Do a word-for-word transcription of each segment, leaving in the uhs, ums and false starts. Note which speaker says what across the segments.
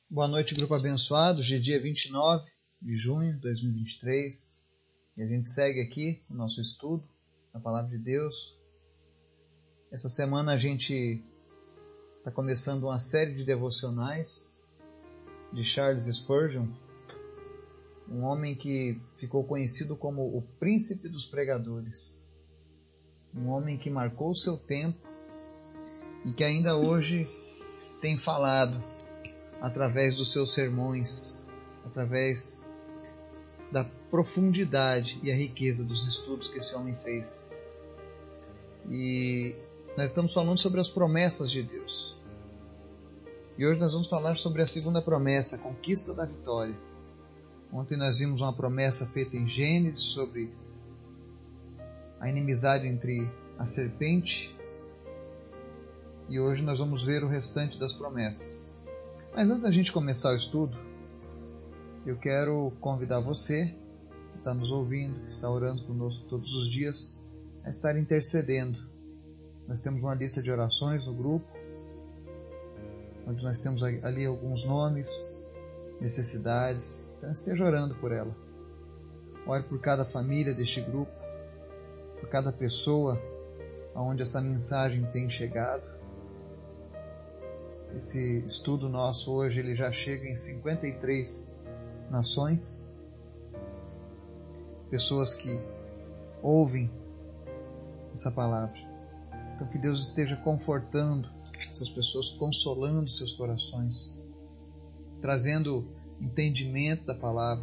Speaker 1: Boa noite, grupo abençoado. Hoje é dia vinte e nove de junho de dois mil e vinte e três e a gente segue aqui o nosso estudo da Palavra de Deus. Essa semana a gente está começando uma série de devocionais de Charles Spurgeon, um homem que ficou conhecido como o príncipe dos pregadores, um homem que marcou o seu tempo e que ainda hoje tem falado através dos seus sermões, através da profundidade e a riqueza dos estudos que esse homem fez. E nós estamos falando sobre as promessas de Deus. E hoje nós vamos falar sobre a segunda promessa, a conquista da vitória. Ontem nós vimos uma promessa feita em Gênesis sobre a inimizade entre a serpente. E hoje nós vamos ver o restante das promessas. Mas antes da gente começar o estudo, eu quero convidar você que está nos ouvindo, que está orando conosco todos os dias, a estar intercedendo. Nós temos uma lista de orações no grupo, onde nós temos ali alguns nomes, necessidades. Então esteja orando por ela. Ore por cada família deste grupo, por cada pessoa aonde essa mensagem tem chegado. Esse estudo nosso hoje ele já chega em cinquenta e três nações. Pessoas que ouvem essa palavra. Então que Deus esteja confortando essas pessoas, consolando seus corações, trazendo entendimento da palavra.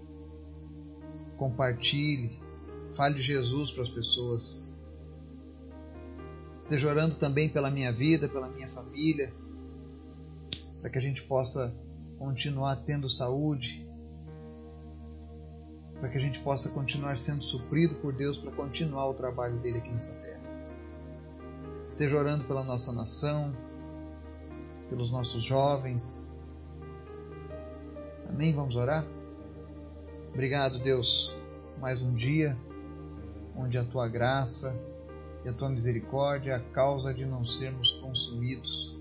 Speaker 1: Compartilhe, fale de Jesus para as pessoas. Esteja orando também pela minha vida, pela minha família, para que a gente possa continuar tendo saúde, para que a gente possa continuar sendo suprido por Deus para continuar o trabalho dele aqui nessa terra. Esteja orando pela nossa nação, pelos nossos jovens. Amém? Vamos orar? Obrigado, Deus, mais um dia onde a Tua graça e a Tua misericórdia é a causa de não sermos consumidos.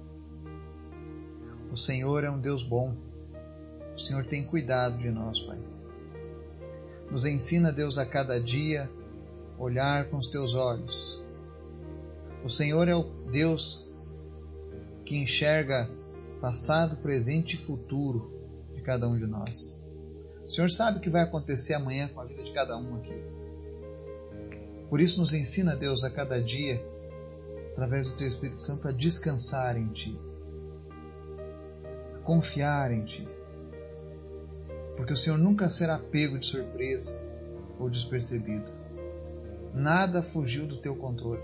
Speaker 1: O Senhor é um Deus bom. O Senhor tem cuidado de nós, Pai. Nos ensina, Deus, a cada dia olhar com os Teus olhos. O Senhor é o Deus que enxerga passado, presente e futuro de cada um de nós. O Senhor sabe o que vai acontecer amanhã com a vida de cada um aqui. Por isso nos ensina, Deus, a cada dia, através do Teu Espírito Santo, a descansar em Ti. Confiar em Ti, porque o Senhor nunca será pego de surpresa ou despercebido. Nada fugiu do Teu controle.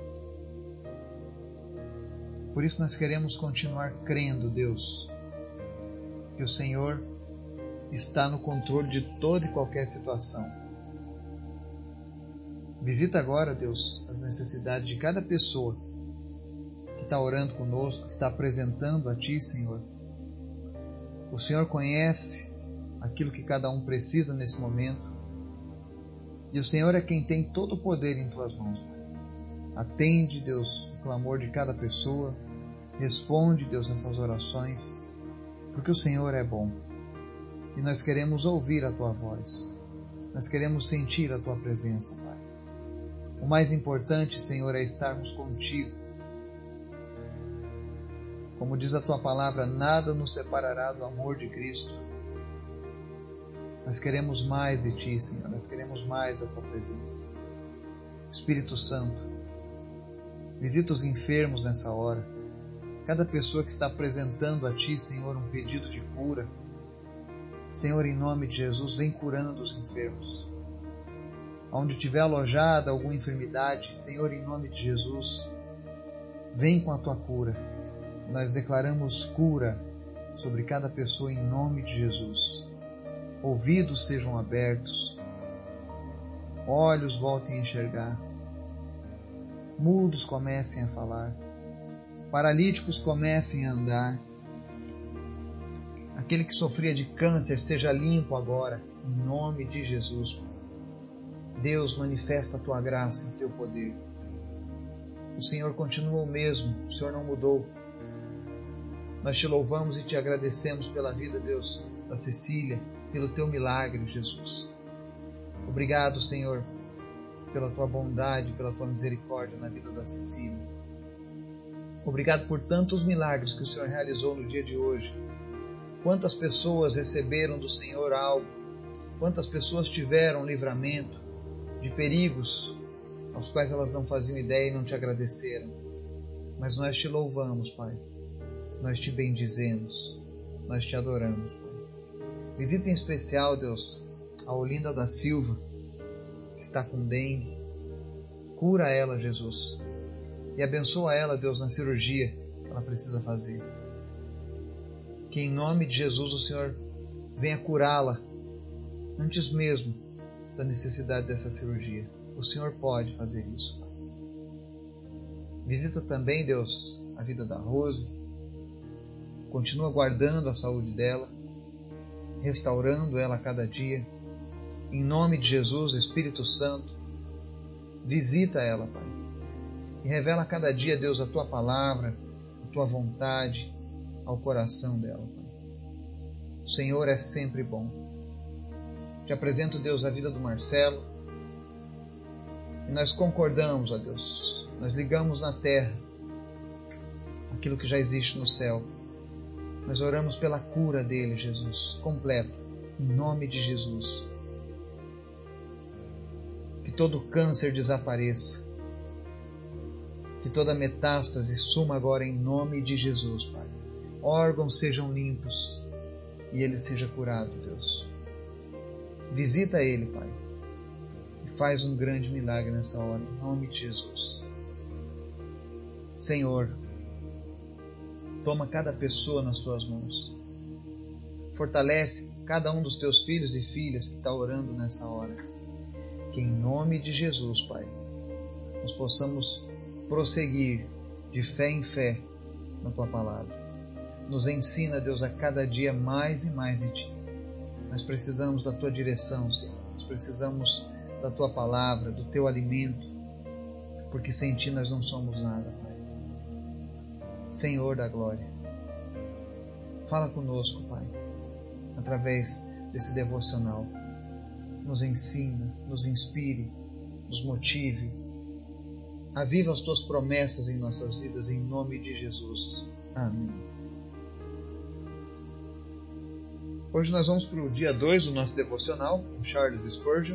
Speaker 1: Por isso nós queremos continuar crendo, Deus, que o Senhor está no controle de toda e qualquer situação. Visita agora, Deus, as necessidades de cada pessoa que está orando conosco, que está apresentando a Ti, Senhor. O Senhor conhece aquilo que cada um precisa nesse momento. E o Senhor é quem tem todo o poder em Tuas mãos. Atende, Deus, o clamor de cada pessoa. Responde, Deus, nessas orações. Porque o Senhor é bom. E nós queremos ouvir a Tua voz. Nós queremos sentir a Tua presença, Pai. O mais importante, Senhor, é estarmos contigo. Como diz a Tua palavra, nada nos separará do amor de Cristo. Nós queremos mais de Ti, Senhor. Nós queremos mais da Tua presença. Espírito Santo, visita os enfermos nessa hora. Cada pessoa que está apresentando a Ti, Senhor, um pedido de cura. Senhor, em nome de Jesus, vem curando os enfermos. Onde tiver alojada alguma enfermidade, Senhor, em nome de Jesus, vem com a Tua cura. Nós declaramos cura sobre cada pessoa em nome de Jesus. Ouvidos sejam abertos, olhos voltem a enxergar, mudos comecem a falar, paralíticos comecem a andar. Aquele que sofria de câncer seja limpo agora, em nome de Jesus. Deus, manifesta a Tua graça e o Teu poder. O Senhor continua o mesmo, o Senhor não mudou. Nós te louvamos e te agradecemos pela vida, Deus, da Cecília, pelo teu milagre, Jesus. Obrigado, Senhor, pela tua bondade, pela tua misericórdia na vida da Cecília. Obrigado por tantos milagres que o Senhor realizou no dia de hoje. Quantas pessoas receberam do Senhor algo, quantas pessoas tiveram livramento de perigos aos quais elas não faziam ideia e não te agradeceram. Mas nós te louvamos, Pai. Nós te bendizemos. Nós te adoramos, Pai. Visita em especial, Deus, a Olinda da Silva, que está com dengue. Cura ela, Jesus. E abençoa ela, Deus, na cirurgia que ela precisa fazer. Que em nome de Jesus o Senhor venha curá-la antes mesmo da necessidade dessa cirurgia. O Senhor pode fazer isso, Pai. Visita também, Deus, a vida da Rose. Continua guardando a saúde dela, restaurando ela a cada dia. Em nome de Jesus, Espírito Santo, visita ela, Pai. E revela a cada dia, Deus, a Tua palavra, a Tua vontade ao coração dela, Pai. O Senhor é sempre bom. Te apresento, Deus, a vida do Marcelo. E nós concordamos, ó Deus. Nós ligamos na terra aquilo que já existe no céu. Nós oramos pela cura dele, Jesus, completa, em nome de Jesus. Que todo câncer desapareça. Que toda metástase suma agora em nome de Jesus, Pai. Órgãos sejam limpos e ele seja curado, Deus. Visita ele, Pai, e faz um grande milagre nessa hora, em nome de Jesus. Senhor, toma cada pessoa nas Tuas mãos. Fortalece cada um dos Teus filhos e filhas que está orando nessa hora. Que em nome de Jesus, Pai, nós possamos prosseguir de fé em fé na Tua palavra. Nos ensina, Deus, a cada dia mais e mais de Ti. Nós precisamos da Tua direção, Senhor. Nós precisamos da Tua palavra, do Teu alimento, porque sem Ti nós não somos nada, Pai. Senhor da glória, fala conosco, Pai, através desse devocional. Nos ensina, nos inspire, nos motive. Aviva as Tuas promessas em nossas vidas, em nome de Jesus. Amém. Hoje nós vamos para o dia dois do nosso devocional, com Charles Spurgeon.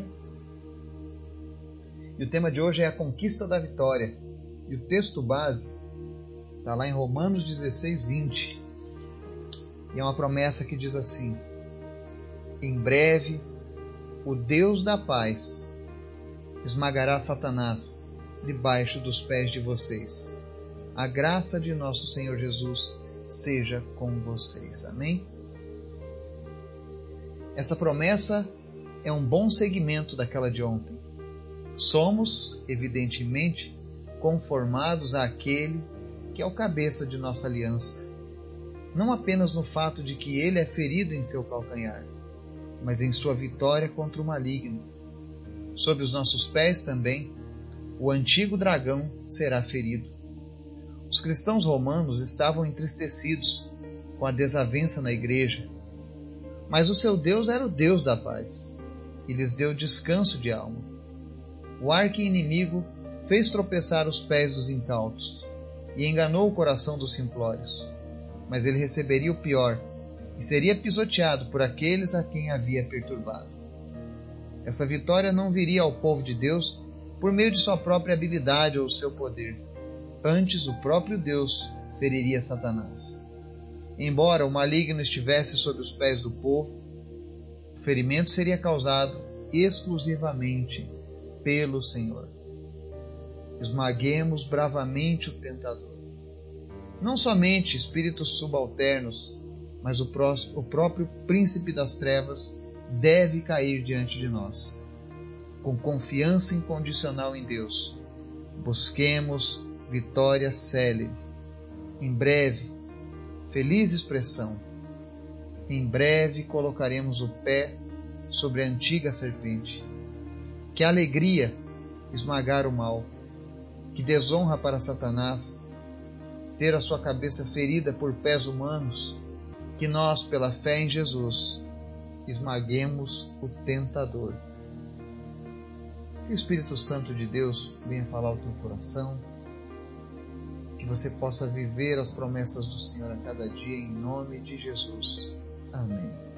Speaker 1: E o tema de hoje é a conquista da vitória. E o texto base está lá em Romanos dezesseis, vinte. E é uma promessa que diz assim: em breve, o Deus da paz esmagará Satanás debaixo dos pés de vocês. A graça de nosso Senhor Jesus seja com vocês. Amém? Essa promessa é um bom segmento daquela de ontem. Somos, evidentemente, conformados àquele que é o cabeça de nossa aliança. Não apenas no fato de que ele é ferido em seu calcanhar, mas em sua vitória contra o maligno. Sob os nossos pés também, o antigo dragão será ferido. Os cristãos romanos estavam entristecidos com a desavença na igreja, mas o seu Deus era o Deus da paz e lhes deu descanso de alma. O arqui-inimigo fez tropeçar os pés dos incautos e enganou o coração dos simplórios, mas ele receberia o pior e seria pisoteado por aqueles a quem havia perturbado. Essa vitória não viria ao povo de Deus por meio de sua própria habilidade ou seu poder. Antes, o próprio Deus feriria Satanás. Embora o maligno estivesse sob os pés do povo, o ferimento seria causado exclusivamente pelo Senhor. Esmaguemos bravamente o tentador. Não somente espíritos subalternos, mas o, próximo, o próprio príncipe das trevas deve cair diante de nós. Com confiança incondicional em Deus, busquemos vitória célere. Em breve, feliz expressão, em breve colocaremos o pé sobre a antiga serpente. Que alegria esmagar o mal, que desonra para Satanás, ter a sua cabeça ferida por pés humanos, que nós, pela fé em Jesus, esmaguemos o tentador. Que o Espírito Santo de Deus venha falar ao teu coração, que você possa viver as promessas do Senhor a cada dia, em nome de Jesus. Amém.